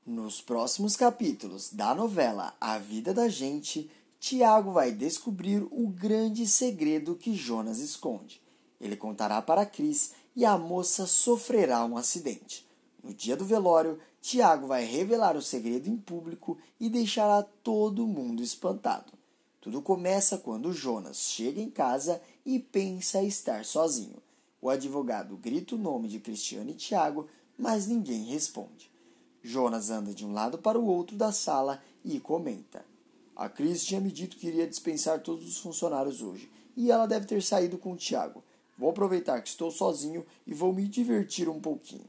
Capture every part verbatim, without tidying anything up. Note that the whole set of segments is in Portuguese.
Nos próximos capítulos da novela A Vida da Gente, Tiago vai descobrir o grande segredo que Jonas esconde. Ele contará para Cris e a moça sofrerá um acidente. No dia do velório, Tiago vai revelar o segredo em público e deixará todo mundo espantado. Tudo começa quando Jonas chega em casa e pensa estar sozinho. O advogado grita o nome de Cristiane e Tiago, mas ninguém responde. Jonas anda de um lado para o outro da sala e comenta. A Cris tinha me dito que iria dispensar todos os funcionários hoje, e ela deve ter saído com o Tiago. Vou aproveitar que estou sozinho e vou me divertir um pouquinho.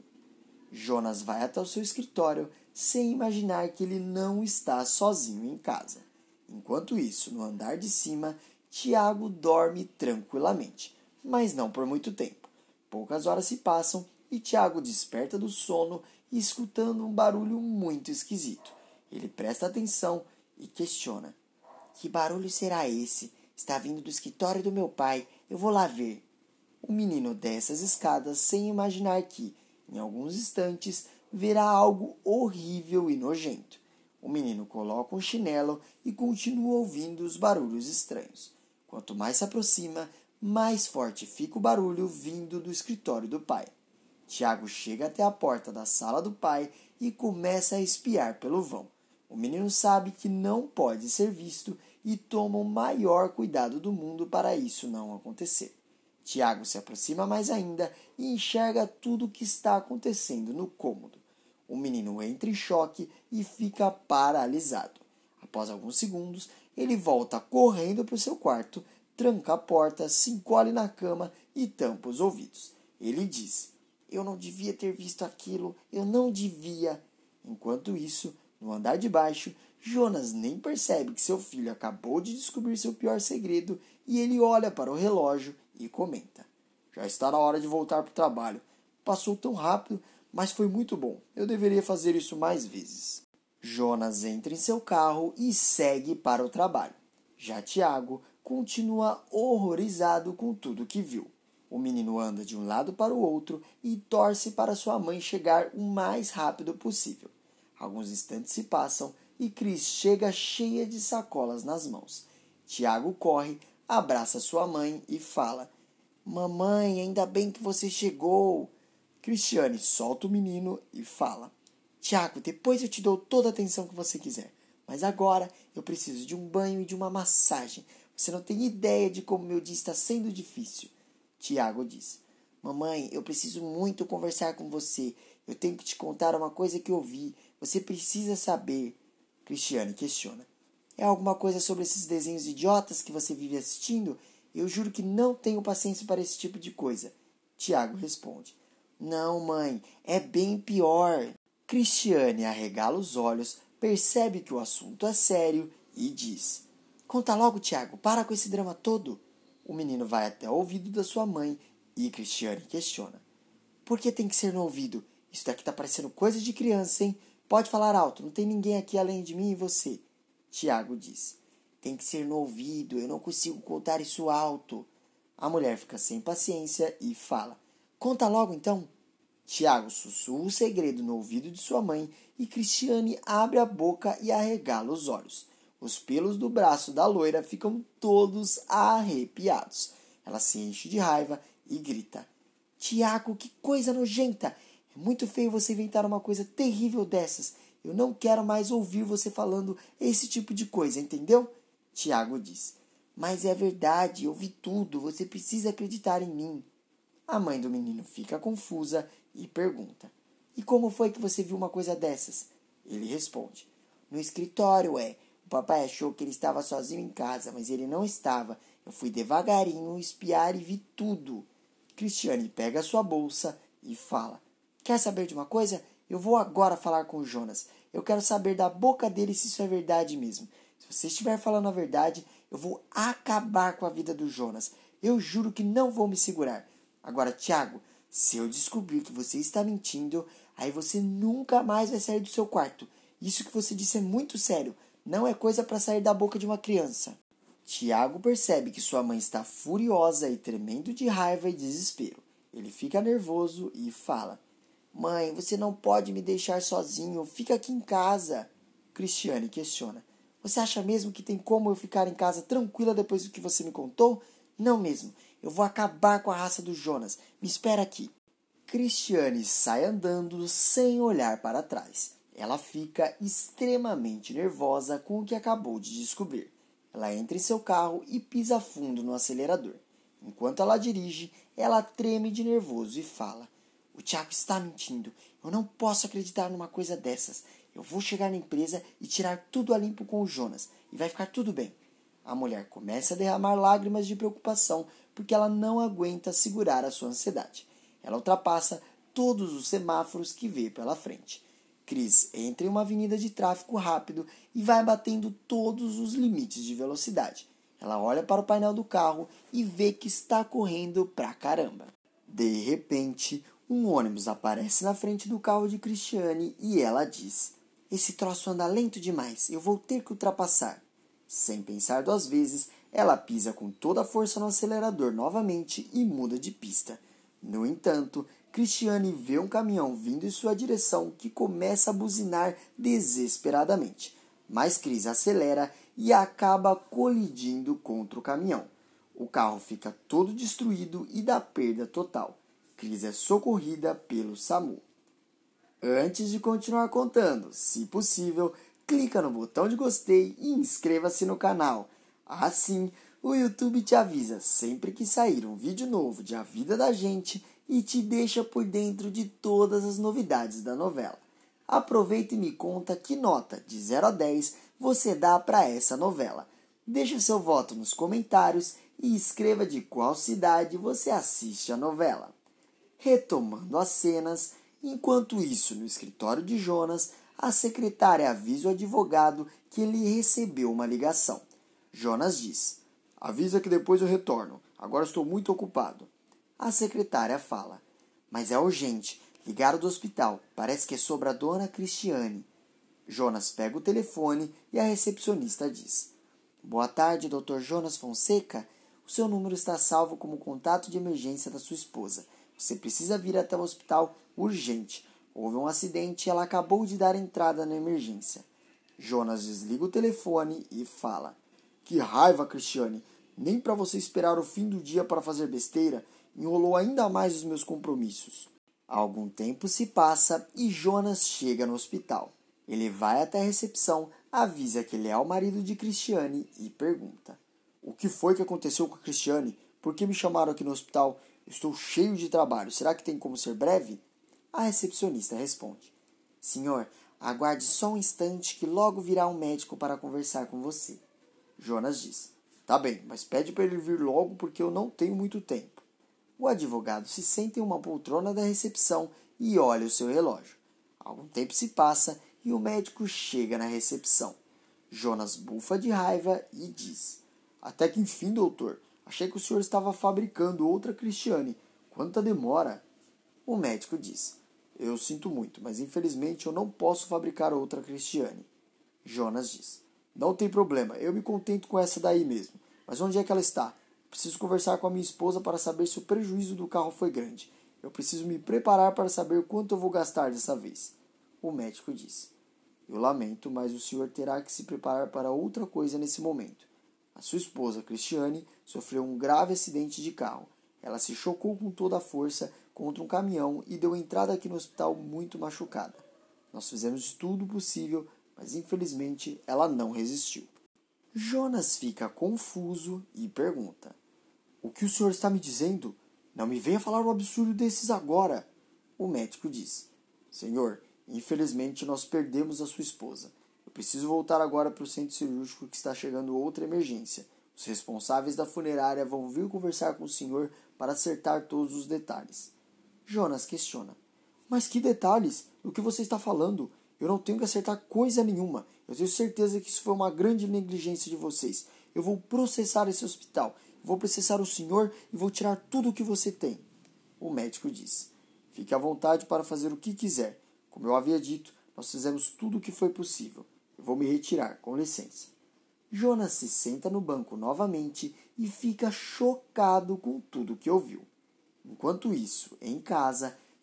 Jonas vai até o seu escritório sem imaginar que ele não está sozinho em casa. Enquanto isso, no andar de cima, Tiago dorme tranquilamente, mas não por muito tempo. Poucas horas se passam e Tiago desperta do sono escutando um barulho muito esquisito. Ele presta atenção e questiona. Que barulho será esse? Está vindo do escritório do meu pai. Eu vou lá ver. O menino desce as escadas sem imaginar que, em alguns instantes, verá algo horrível e nojento. O menino coloca um chinelo e continua ouvindo os barulhos estranhos. Quanto mais se aproxima, mais forte fica o barulho vindo do escritório do pai. Tiago chega até a porta da sala do pai e começa a espiar pelo vão. O menino sabe que não pode ser visto e toma o maior cuidado do mundo para isso não acontecer. Tiago se aproxima mais ainda e enxerga tudo o que está acontecendo no cômodo. O menino entra em choque e fica paralisado. Após alguns segundos, ele volta correndo para o seu quarto, tranca a porta, se encolhe na cama e tampa os ouvidos. Ele diz: Eu não devia ter visto aquilo, eu não devia. Enquanto isso, no andar de baixo, Jonas nem percebe que seu filho acabou de descobrir seu pior segredo e ele olha para o relógio e comenta. Já está na hora de voltar para o trabalho. Passou tão rápido, mas foi muito bom. Eu deveria fazer isso mais vezes. Jonas entra em seu carro e segue para o trabalho. Já Tiago continua horrorizado com tudo que viu. O menino anda de um lado para o outro e torce para sua mãe chegar o mais rápido possível. Alguns instantes se passam e Cris chega cheia de sacolas nas mãos. Tiago corre, abraça sua mãe e fala: Mamãe, ainda bem que você chegou. Cristiane solta o menino e fala: Tiago, depois eu te dou toda a atenção que você quiser. Mas agora eu preciso de um banho e de uma massagem. Você não tem ideia de como meu dia está sendo difícil. Tiago diz: Mamãe, eu preciso muito conversar com você. Eu tenho que te contar uma coisa que eu vi. Você precisa saber. Cristiane questiona: É alguma coisa sobre esses desenhos idiotas que você vive assistindo? Eu juro que não tenho paciência para esse tipo de coisa. Tiago responde: Não, mãe, é bem pior. Cristiane arregala os olhos, percebe que o assunto é sério e diz: Conta logo, Tiago, para com esse drama todo. O menino vai até o ouvido da sua mãe e Cristiane questiona: Por que tem que ser no ouvido? Isso daqui tá parecendo coisa de criança, hein? Pode falar alto, não tem ninguém aqui além de mim e você. Tiago diz: Tem que ser no ouvido, eu não consigo contar isso alto. A mulher fica sem paciência e fala: Conta logo então. Tiago sussurra o segredo no ouvido de sua mãe e Cristiane abre a boca e arregala os olhos. Os pelos do braço da loira ficam todos arrepiados. Ela se enche de raiva e grita: Tiago, que coisa nojenta! É muito feio você inventar uma coisa terrível dessas. Eu não quero mais ouvir você falando esse tipo de coisa, entendeu? Tiago diz: Mas é verdade, eu vi tudo, você precisa acreditar em mim. A mãe do menino fica confusa e pergunta: E como foi que você viu uma coisa dessas? Ele responde: No escritório, é. O papai achou que ele estava sozinho em casa, mas ele não estava. Eu fui devagarinho espiar e vi tudo. Cristiane pega a sua bolsa e fala: Quer saber de uma coisa? Eu vou agora falar com o Jonas. Eu quero saber da boca dele se isso é verdade mesmo. Se você estiver falando a verdade, eu vou acabar com a vida do Jonas. Eu juro que não vou me segurar. Agora, Tiago, se eu descobrir que você está mentindo, aí você nunca mais vai sair do seu quarto. Isso que você disse é muito sério. Não é coisa para sair da boca de uma criança. Tiago percebe que sua mãe está furiosa e tremendo de raiva e desespero. Ele fica nervoso e fala: Mãe, você não pode me deixar sozinho, fica aqui em casa. Cristiane questiona. Você acha mesmo que tem como eu ficar em casa tranquila depois do que você me contou? Não mesmo, eu vou acabar com a raça do Jonas, me espera aqui. Cristiane sai andando sem olhar para trás. Ela fica extremamente nervosa com o que acabou de descobrir. Ela entra em seu carro e pisa fundo no acelerador. Enquanto ela dirige, ela treme de nervoso e fala: O Thiago está mentindo. Eu não posso acreditar numa coisa dessas. Eu vou chegar na empresa e tirar tudo a limpo com o Jonas. E vai ficar tudo bem. A mulher começa a derramar lágrimas de preocupação porque ela não aguenta segurar a sua ansiedade. Ela ultrapassa todos os semáforos que vê pela frente. Chris entra em uma avenida de tráfego rápido e vai batendo todos os limites de velocidade. Ela olha para o painel do carro e vê que está correndo pra caramba. De repente, um ônibus aparece na frente do carro de Cristiane e ela diz: Esse troço anda lento demais, eu vou ter que ultrapassar. Sem pensar duas vezes, ela pisa com toda a força no acelerador novamente e muda de pista. No entanto, Cristiane vê um caminhão vindo em sua direção que começa a buzinar desesperadamente. Mas Chris acelera e acaba colidindo contra o caminhão. O carro fica todo destruído e dá perda total. Chris é socorrida pelo SAMU. Antes de continuar contando, se possível, clica no botão de gostei e inscreva-se no canal. Assim, o YouTube te avisa sempre que sair um vídeo novo de A Vida da Gente e te deixa por dentro de todas as novidades da novela. Aproveita e me conta que nota de zero a dez você dá para essa novela. Deixa seu voto nos comentários e escreva de qual cidade você assiste a novela. Retomando as cenas, enquanto isso no escritório de Jonas, a secretária avisa o advogado que ele recebeu uma ligação. Jonas diz: Avisa que depois eu retorno, agora estou muito ocupado. A secretária fala: Mas é urgente, ligaram do hospital, parece que é sobre a dona Cristiane. Jonas pega o telefone e a recepcionista diz: Boa tarde, doutor Jonas Fonseca. O seu número está salvo como contato de emergência da sua esposa. Você precisa vir até o hospital urgente. Houve um acidente e ela acabou de dar entrada na emergência. Jonas desliga o telefone e fala: Que raiva, Cristiane! Nem para você esperar o fim do dia para fazer besteira, enrolou ainda mais os meus compromissos. Algum tempo se passa e Jonas chega no hospital. Ele vai até a recepção, avisa que ele é o marido de Cristiane e pergunta: O que foi que aconteceu com a Cristiane? Por que me chamaram aqui no hospital? Estou cheio de trabalho. Será que tem como ser breve? A recepcionista responde: Senhor, aguarde só um instante que logo virá um médico para conversar com você. Jonas diz: Tá bem, mas pede para ele vir logo porque eu não tenho muito tempo. O advogado se senta em uma poltrona da recepção e olha o seu relógio. Algum tempo se passa e o médico chega na recepção. Jonas bufa de raiva e diz: Até que enfim, doutor. Achei que o senhor estava fabricando outra Cristiane. Quanta demora! O médico diz: Eu sinto muito, mas infelizmente eu não posso fabricar outra Cristiane. Jonas diz: Não tem problema, eu me contento com essa daí mesmo. Mas onde é que ela está? Preciso conversar com a minha esposa para saber se o prejuízo do carro foi grande. Eu preciso me preparar para saber quanto eu vou gastar dessa vez. O médico diz: Eu lamento, mas o senhor terá que se preparar para outra coisa nesse momento. A sua esposa, Cristiane, sofreu um grave acidente de carro. Ela se chocou com toda a força contra um caminhão e deu entrada aqui no hospital muito machucada. Nós fizemos tudo o possível, mas infelizmente ela não resistiu. Jonas fica confuso e pergunta: O que o senhor está me dizendo? Não me venha falar um absurdo desses agora. O médico diz: Senhor, infelizmente nós perdemos a sua esposa. Eu preciso voltar agora para o centro cirúrgico que está chegando outra emergência. Os responsáveis da funerária vão vir conversar com o senhor para acertar todos os detalhes. Jonas questiona: Mas que detalhes? Do que você está falando? Eu não tenho que acertar coisa nenhuma. Eu tenho certeza que isso foi uma grande negligência de vocês. Eu vou processar esse hospital. Vou processar o senhor e vou tirar tudo o que você tem. O médico diz: Fique à vontade para fazer o que quiser. Como eu havia dito, nós fizemos tudo o que foi possível. Eu vou me retirar, com licença. Jonas se senta no banco novamente e fica chocado com tudo o que ouviu. Enquanto isso, em casa,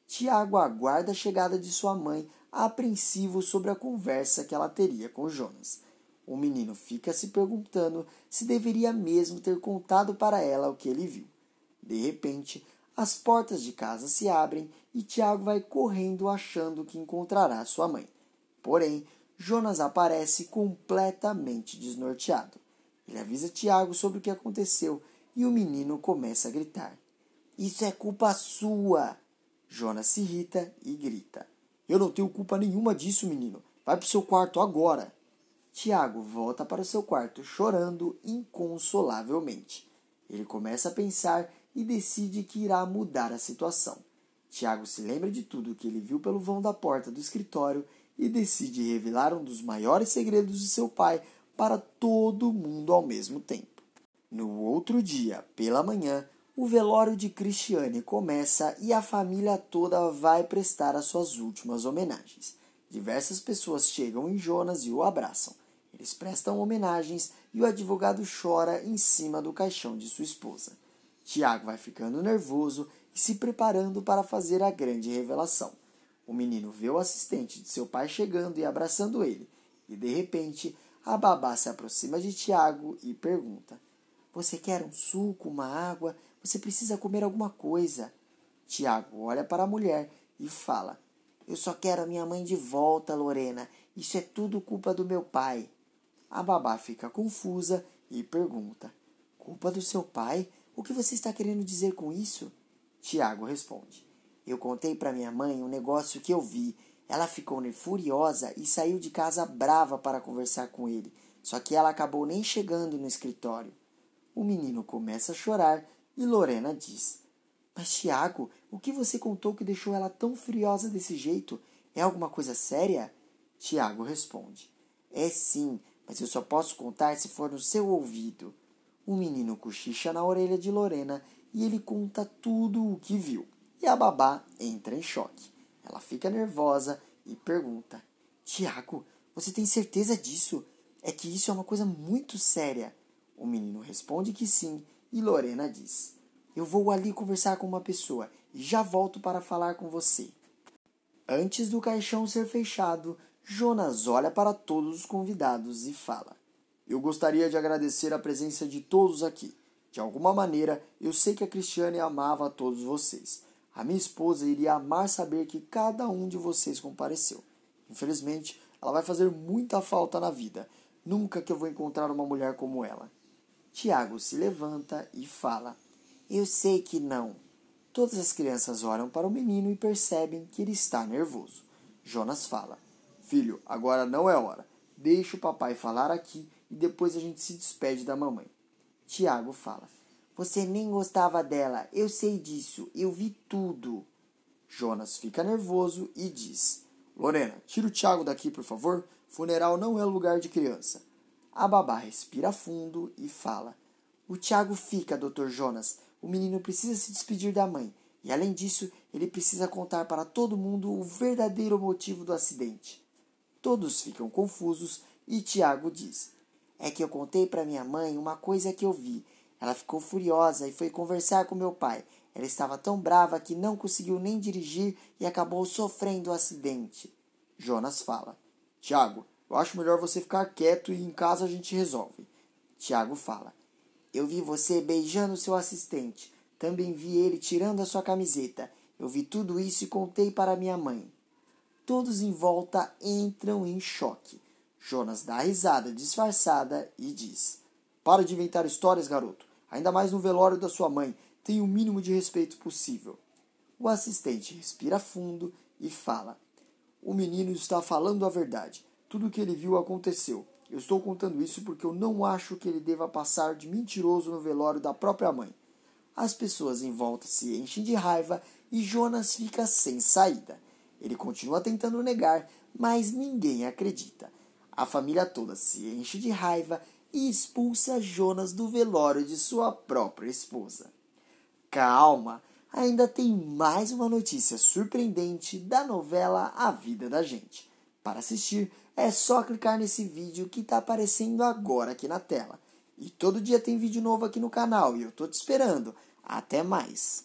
Tiago aguarda a chegada de sua mãe, apreensivo sobre a conversa que ela teria com Jonas. O menino fica se perguntando se deveria mesmo ter contado para ela o que ele viu. De repente, as portas de casa se abrem e Tiago vai correndo achando que encontrará sua mãe. Porém, Jonas aparece completamente desnorteado. Ele avisa Tiago sobre o que aconteceu e o menino começa a gritar. Isso é culpa sua! Jonas se irrita e grita. Eu não tenho culpa nenhuma disso, menino. Vai para o seu quarto agora. Tiago volta para o seu quarto chorando inconsolavelmente. Ele começa a pensar e decide que irá mudar a situação. Tiago se lembra de tudo que ele viu pelo vão da porta do escritório e decide revelar um dos maiores segredos de seu pai para todo mundo ao mesmo tempo. No outro dia, pela manhã, o velório de Cristiane começa e a família toda vai prestar as suas últimas homenagens. Diversas pessoas chegam em Jonas e o abraçam. Eles prestam homenagens e o advogado chora em cima do caixão de sua esposa. Tiago vai ficando nervoso e se preparando para fazer a grande revelação. O menino vê o assistente de seu pai chegando e abraçando ele, e de repente a babá se aproxima de Tiago e pergunta: Você quer um suco, uma água? Você precisa comer alguma coisa. Tiago olha para a mulher e fala: Eu só quero a minha mãe de volta, Lorena. Isso é tudo culpa do meu pai. A babá fica confusa e pergunta: Culpa do seu pai? O que você está querendo dizer com isso? Tiago responde: Eu contei para minha mãe um negócio que eu vi. Ela ficou furiosa e saiu de casa brava para conversar com ele. Só que ela acabou nem chegando no escritório. O menino começa a chorar e Lorena diz: Mas Tiago, o que você contou que deixou ela tão furiosa desse jeito? É alguma coisa séria? Tiago responde: É sim, mas eu só posso contar se for no seu ouvido. O menino cochicha na orelha de Lorena e ele conta tudo o que viu. E a babá entra em choque. Ela fica nervosa e pergunta: Tiago, você tem certeza disso? É que isso é uma coisa muito séria. O menino responde que sim e Lorena diz: Eu vou ali conversar com uma pessoa e já volto para falar com você. Antes do caixão ser fechado, Jonas olha para todos os convidados e fala: Eu gostaria de agradecer a presença de todos aqui. De alguma maneira, eu sei que a Cristiane amava a todos vocês. A minha esposa iria amar saber que cada um de vocês compareceu. Infelizmente, ela vai fazer muita falta na vida. Nunca que eu vou encontrar uma mulher como ela. Tiago se levanta e fala: Eu sei que não. Todas as crianças olham para o menino e percebem que ele está nervoso. Jonas fala: Filho, agora não é hora. Deixa o papai falar aqui e depois a gente se despede da mamãe. Tiago fala: Você nem gostava dela, eu sei disso, eu vi tudo. Jonas fica nervoso e diz: Lorena, tira o Tiago daqui, por favor. Funeral não é lugar de criança. A babá respira fundo e fala: O Tiago fica, doutor Jonas. O menino precisa se despedir da mãe. E além disso, ele precisa contar para todo mundo o verdadeiro motivo do acidente. Todos ficam confusos e Tiago diz: É que eu contei para minha mãe uma coisa que eu vi. Ela ficou furiosa e foi conversar com meu pai. Ela estava tão brava que não conseguiu nem dirigir e acabou sofrendo o acidente. Jonas fala: Tiago, eu acho melhor você ficar quieto e em casa a gente resolve. Tiago fala: Eu vi você beijando seu assistente. Também vi ele tirando a sua camiseta. Eu vi tudo isso e contei para minha mãe. Todos em volta entram em choque. Jonas dá risada disfarçada e diz: Para de inventar histórias, garoto. Ainda mais no velório da sua mãe. Tenha o mínimo de respeito possível. O assistente respira fundo e fala: O menino está falando a verdade. Tudo o que ele viu aconteceu. Eu estou contando isso porque eu não acho que ele deva passar de mentiroso no velório da própria mãe. As pessoas em volta se enchem de raiva e Jonas fica sem saída. Ele continua tentando negar, mas ninguém acredita. A família toda se enche de raiva e expulsa Jonas do velório de sua própria esposa. Calma, ainda tem mais uma notícia surpreendente da novela A Vida da Gente. Para assistir, é só clicar nesse vídeo que está aparecendo agora aqui na tela. E todo dia tem vídeo novo aqui no canal e eu tô te esperando. Até mais!